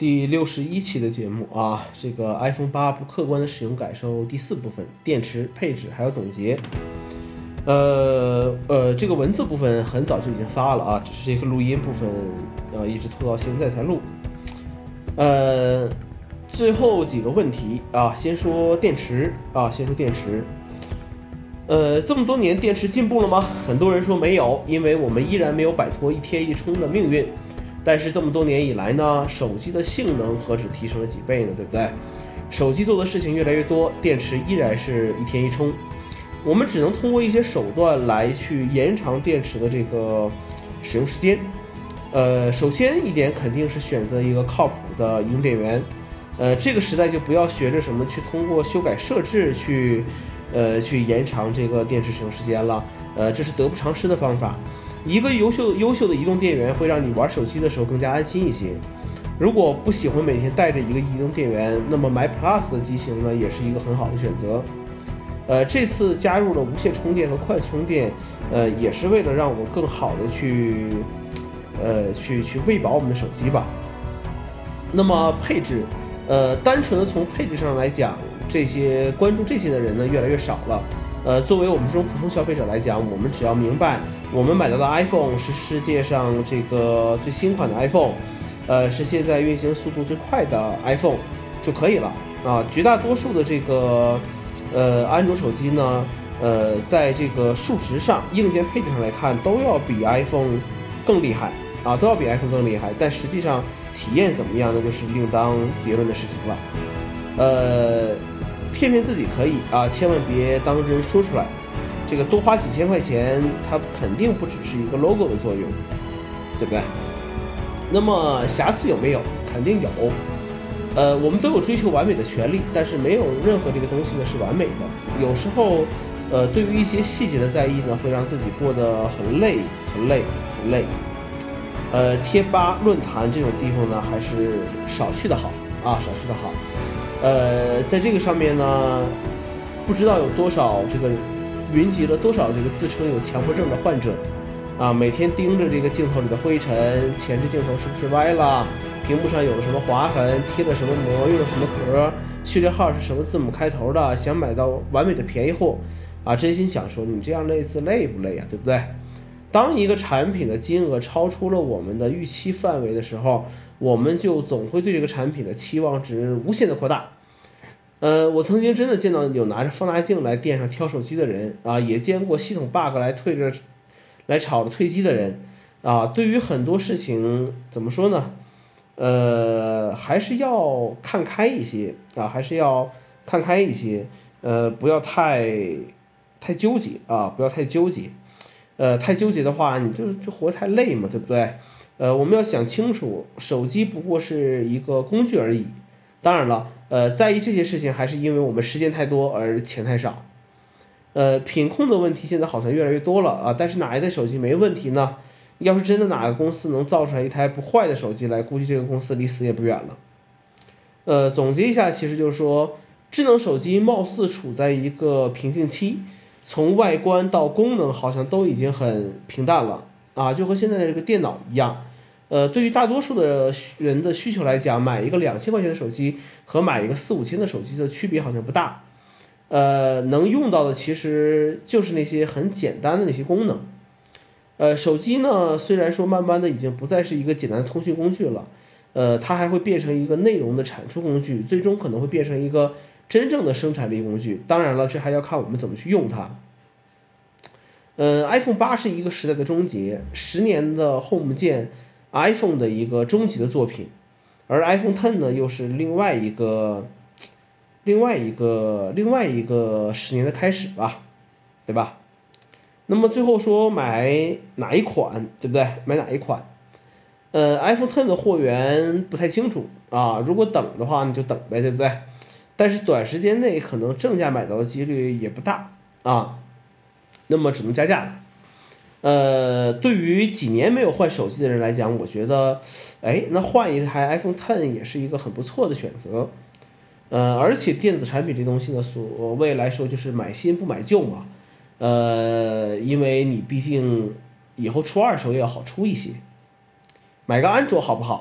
第61期的节目啊，这个 iPhone 8不客观的使用感受第4部分，电池配置还有总结。这个文字部分很早就已经发了啊，只是这个录音部分一直拖到现在才录。最后几个问题啊，先说电池。这么多年电池进步了吗？很多人说没有，因为我们依然没有摆脱一贴一充的命运。但是这么多年以来呢，手机的性能何止提升了几倍呢，对不对？手机做的事情越来越多，电池依然是一天一充。我们只能通过一些手段来去延长电池的这个使用时间。首先一点肯定是选择一个靠谱的移动电源。这个时代就不要学着什么去通过修改设置去延长这个电池使用时间了。这是得不偿失的方法。一个优秀的移动电源会让你玩手机的时候更加安心一些。如果不喜欢每天带着一个移动电源，那么买 Plus 的机型呢，也是一个很好的选择。这次加入了无线充电和快速充电，也是为了让我们更好的去喂饱我们的手机吧。那么配置，单纯的从配置上来讲，这些关注这些的人呢越来越少了。作为我们这种普通消费者来讲，我们只要明白我们买到的 iPhone 是世界上这个最新款的 iPhone，是现在运行速度最快的 iPhone 就可以了啊。绝大多数的这个安卓手机呢，在这个数值上、硬件配置上来看，都要比 iPhone 更厉害啊，但实际上体验怎么样呢，就是另当别论的事情了。骗自己可以啊，千万别当真说出来。这个多花几千块钱，它肯定不只是一个 logo 的作用，对不对？那么瑕疵有没有？肯定有。我们都有追求完美的权利，但是没有任何这个东西呢是完美的。有时候，对于一些细节的在意呢，会让自己过得很累。贴吧、论坛这种地方呢，还是少去的好。在这个上面呢，不知道有多少这个云集了多少这个自称有强迫症的患者啊，每天盯着这个镜头里的灰尘，前置镜头是不是歪了，屏幕上有了什么划痕，贴了什么膜，用了什么壳，序列号是什么字母开头的，想买到完美的便宜货啊！真心想说，你这样累不累啊？对不对？当一个产品的金额超出了我们的预期范围的时候，我们就总会对这个产品的期望值无限的扩大。我曾经真的见到有拿着放大镜来店上挑手机的人啊，也见过系统 bug 来吵着退机的人啊。对于很多事情怎么说呢？还是要看开一些啊，不要太纠结啊，太纠结的话，你就活得太累嘛，对不对？我们要想清楚，手机不过是一个工具而已。当然了，在意这些事情还是因为我们时间太多而钱太少。品控的问题现在好像越来越多了啊，但是哪一代手机没问题呢？要是真的哪个公司能造出来一台不坏的手机来，估计这个公司离死也不远了。总结一下，其实就是说，智能手机貌似处在一个瓶颈期，从外观到功能好像都已经很平淡了啊，就和现在的这个电脑一样。对于大多数的人的需求来讲，买一个2000块钱的手机和买一个4、5千的手机的区别好像不大。能用到的其实就是那些很简单的那些功能。手机呢，虽然说慢慢的已经不再是一个简单的通讯工具了，它还会变成一个内容的产出工具，最终可能会变成一个真正的生产力工具。当然了，这还要看我们怎么去用它。iPhone 8是一个时代的终结，10年的 Home 键 iPhone 的一个终极的作品，而 iPhone X 呢，又是另外一个10年的开始吧，对吧？那么最后说买哪一款，对不对？买哪一款？iPhone X 的货源不太清楚啊，如果等的话你就等呗，对不对？但是短时间内可能正价买到的几率也不大啊，那么只能加价了。对于几年没有换手机的人来讲，我觉得，那换一台 iPhone X 也是一个很不错的选择。而且电子产品这东西呢，所谓来说就是买新不买旧嘛。因为你毕竟以后出二手也要好出一些。买个安卓好不好？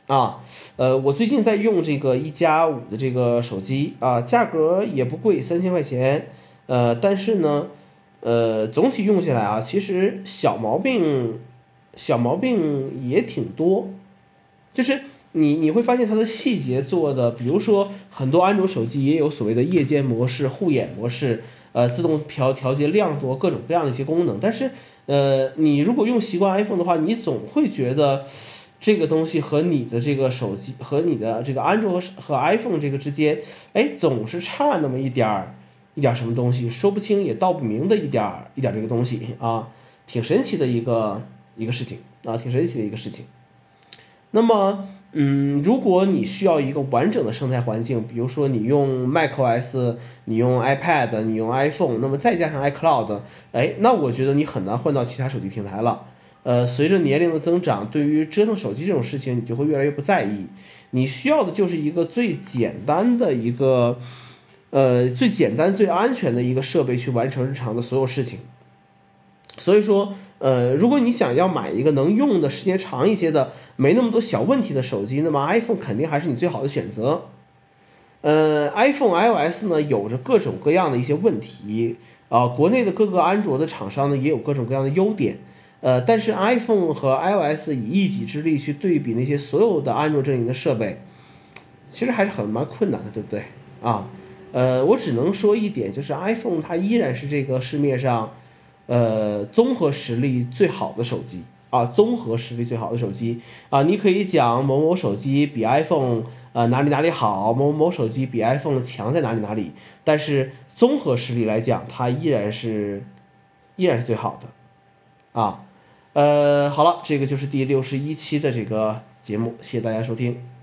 我最近在用这个1+5的这个手机啊，价格也不贵，3000块钱，但是呢，总体用下来啊，其实小毛病也挺多，就是你会发现它的细节做的，比如说很多安卓手机也有所谓的夜间模式、护眼模式，自动调节亮度各种各样的一些功能，但是你如果用习惯 iPhone 的话，你总会觉得这个东西和你的这个手机和你的这个安卓和 iPhone 这个之间，总是差那么一点什么东西，说不清也道不明的一点这个东西啊，挺神奇的一个事情啊，挺神奇的一个事情。那么，如果你需要一个完整的生态环境，比如说你用 macOS， 你用 iPad， 你用 iPhone， 那么再加上 iCloud， 那我觉得你很难换到其他手机平台了。随着年龄的增长，对于折腾手机这种事情，你就会越来越不在意。你需要的就是一个最简单的一个，最简单、最安全的一个设备去完成日常的所有事情。所以说，如果你想要买一个能用的时间长一些的、没那么多小问题的手机，那么 iPhone 肯定还是你最好的选择。iPhone iOS 呢有着各种各样的一些问题国内的各个安卓的厂商呢也有各种各样的优点，但是 iPhone 和 iOS 以一己之力去对比那些所有的安卓阵营的设备，其实还是蛮困难的，对不对我只能说一点，就是 iPhone 它依然是这个市面上综合实力最好的手机综合实力最好的手机你可以讲某某手机比 iPhone 哪里好，某某手机比 iPhone 强在哪里，但是综合实力来讲，它依然是最好的好了，这个就是第61期的这个节目，谢谢大家收听。